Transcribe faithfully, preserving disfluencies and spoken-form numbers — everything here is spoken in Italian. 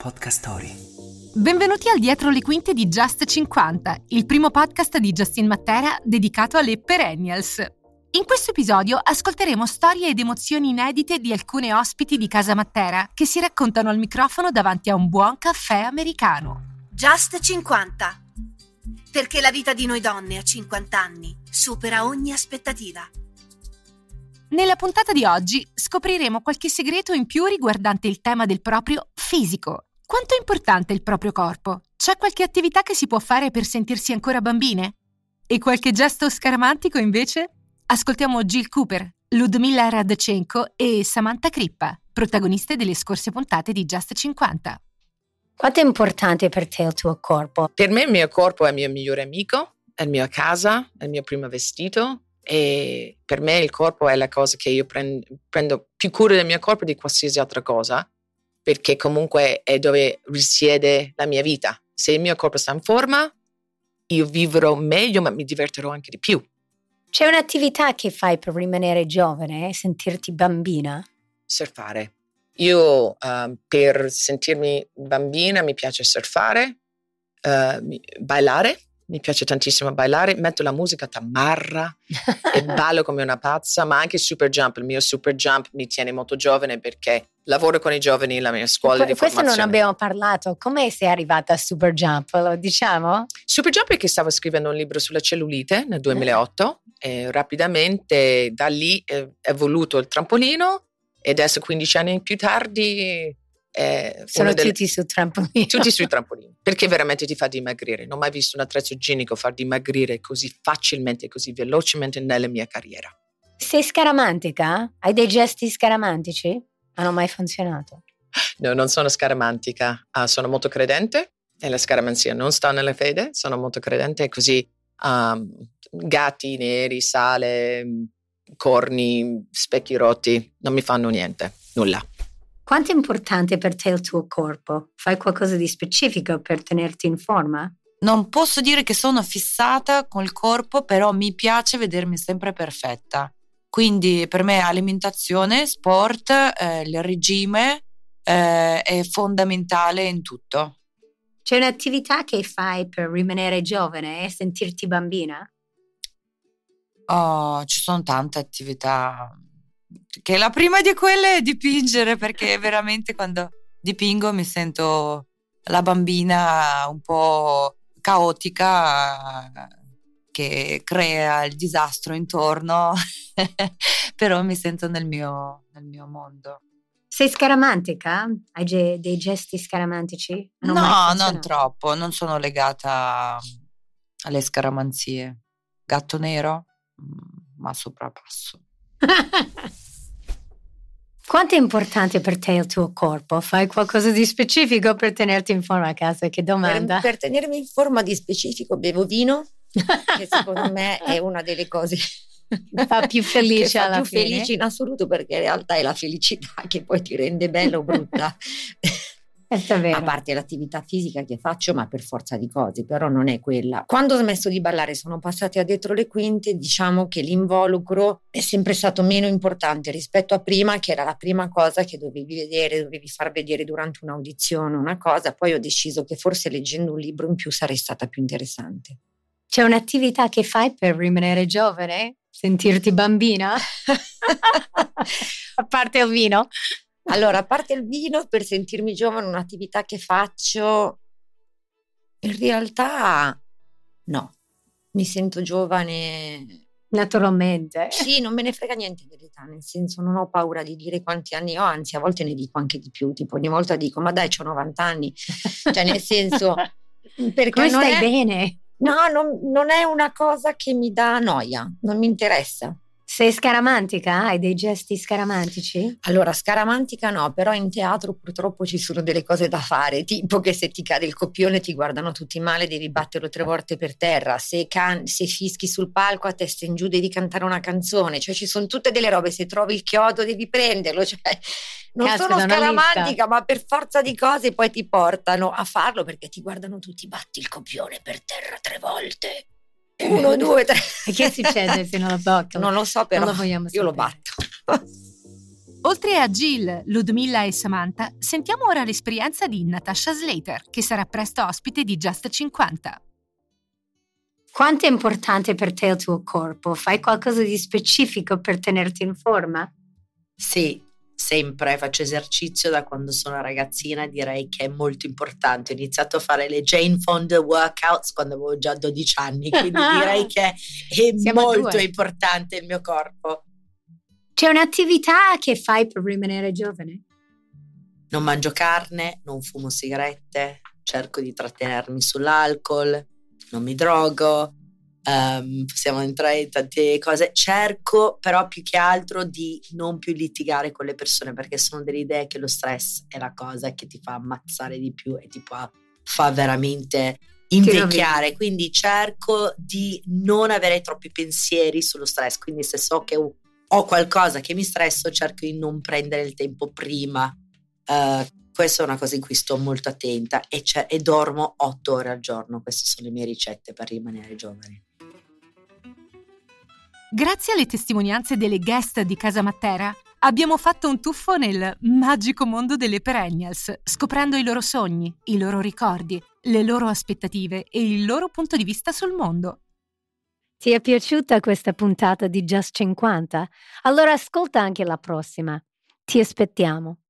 Podcast Story. Benvenuti al Dietro le quinte di Just cinquanta, il primo podcast di Justin Matera dedicato alle perennials. In questo episodio ascolteremo storie ed emozioni inedite di alcune ospiti di Casa Matera che si raccontano al microfono davanti a un buon caffè americano. Just cinquanta. Perché la vita di noi donne a cinquanta anni supera ogni aspettativa. Nella puntata di oggi scopriremo qualche segreto in più riguardante il tema del proprio fisico. Quanto è importante il proprio corpo? C'è qualche attività che si può fare per sentirsi ancora bambine? E qualche gesto scaramantico invece? Ascoltiamo Jill Cooper, Ludmila Radchenko e Samantha Crippa, protagoniste delle scorse puntate di Just cinquanta. Quanto è importante per te il tuo corpo? Per me il mio corpo è il mio migliore amico, è la mia casa, è il mio primo vestito e per me il corpo è la cosa che io prendo, prendo più cura del mio corpo di qualsiasi altra cosa, perché comunque è dove risiede la mia vita. Se il mio corpo sta in forma, io vivrò meglio, ma mi divertirò anche di più. C'è un'attività che fai per rimanere giovane e sentirti bambina? Surfare. Io uh, per sentirmi bambina mi piace surfare, uh, ballare, mi piace tantissimo ballare, metto la musica tamarra e ballo come una pazza, ma anche super jump. Il mio super jump mi tiene molto giovane perché lavoro con i giovani nella mia scuola que- di formazione. Questo non abbiamo parlato, come sei arrivata a super jump, lo diciamo? Super jump è che stavo scrivendo un libro sulla cellulite nel duemilaotto e rapidamente da lì è evoluto il trampolino e adesso quindici anni più tardi Eh, sono delle, tutti sul trampolino. Tutti sui trampolini, perché veramente ti fa dimagrire. Non ho mai visto un attrezzo igienico far dimagrire così facilmente, così velocemente nella mia carriera. Sei scaramantica? Hai dei gesti scaramantici? Hanno mai funzionato? No, non sono scaramantica, uh, sono molto credente e la scaramanzia non sta nella fede, sono molto credente e così um, gatti neri, sale, corni, specchi rotti non mi fanno niente, nulla. Quanto è importante per te il tuo corpo? Fai qualcosa di specifico per tenerti in forma? Non posso dire che sono fissata col corpo, però mi piace vedermi sempre perfetta. Quindi per me alimentazione, sport, eh, il regime eh, è fondamentale in tutto. C'è un'attività che fai per rimanere giovane e sentirti bambina? Oh, ci sono tante attività. Che la prima di quelle è dipingere, perché veramente quando dipingo mi sento la bambina un po' caotica che crea il disastro intorno, però mi sento nel mio, nel mio mondo. Sei scaramantica? Hai ge- dei gesti scaramantici? Non no, non troppo, non sono legata alle scaramanzie. Gatto nero, ma soprappasso. Quanto è importante per te il tuo corpo? Fai qualcosa di specifico per tenerti in forma a casa? Che domanda? Per, per tenermi in forma di specifico bevo vino, che secondo me è una delle cose che fa più felice che fa alla più fine. felice in assoluto, perché in realtà è la felicità che poi ti rende bella o brutta. È vero. A parte l'attività fisica che faccio, ma per forza di cose, però non è quella. Quando ho smesso di ballare, sono passati a dietro le quinte, diciamo che l'involucro è sempre stato meno importante rispetto a prima, che era la prima cosa che dovevi vedere, dovevi far vedere durante un'audizione, una cosa. Poi ho deciso che forse leggendo un libro in più sarei stata più interessante. C'è un'attività che fai per rimanere giovane? Sentirti bambina? A parte il vino? Allora, a parte il vino, per sentirmi giovane, un'attività che faccio, in realtà no, mi sento giovane naturalmente. Sì, non me ne frega niente dell'età, nel senso non ho paura di dire quanti anni ho, anzi a volte ne dico anche di più, tipo ogni volta dico ma dai c'ho novanta anni, cioè nel senso perché come non stai è, bene? No, non, non è una cosa che mi dà noia, non mi interessa. Sei scaramantica? Hai dei gesti scaramantici? Allora, scaramantica no, però in teatro purtroppo ci sono delle cose da fare, tipo che se ti cade il copione ti guardano tutti male, devi batterlo tre volte per terra, se, can- se fischi sul palco a testa in giù devi cantare una canzone, cioè ci sono tutte delle robe, se trovi il chiodo devi prenderlo, cioè non Caspita, sono una scaramantica, lista. ma per forza di cose poi ti portano a farlo perché ti guardano tutti, batti il copione per terra tre volte. Uno, due, tre. E che succede se non lo tocco? Non lo so, però Non lo vogliamo io lo sapere. batto. Oltre a Jill, Ludmilla e Samantha, sentiamo ora l'esperienza di Natasha Slater, che sarà presto ospite di Just cinquanta. Quanto è importante per te il tuo corpo? Fai qualcosa di specifico per tenerti in forma? Sì, sempre faccio esercizio da quando sono ragazzina, direi che è molto importante. Ho iniziato a fare le Jane Fonda workouts quando avevo già dodici anni, quindi direi che è Siamo molto due. importante il mio corpo. C'è un'attività che fai per rimanere giovane? Non mangio carne, non fumo sigarette, cerco di trattenermi sull'alcol, non mi drogo, um, possiamo entrare in tante cose. Cerco però più che altro di non più litigare con le persone, perché sono delle idee che lo stress è la cosa che ti fa ammazzare di più e ti fa, fa veramente invecchiare. Quindi cerco di non avere troppi pensieri sullo stress, quindi se so che ho qualcosa che mi stresso cerco di non prendere il tempo prima. Uh, questa è una cosa in cui sto molto attenta e, e dormo otto ore al giorno. Queste sono le mie ricette per rimanere giovani. Grazie alle testimonianze delle guest di Casa Matera abbiamo fatto un tuffo nel magico mondo delle perennials, scoprendo i loro sogni, i loro ricordi, le loro aspettative e il loro punto di vista sul mondo. Ti è piaciuta questa puntata di Just cinquanta? Allora ascolta anche la prossima. Ti aspettiamo.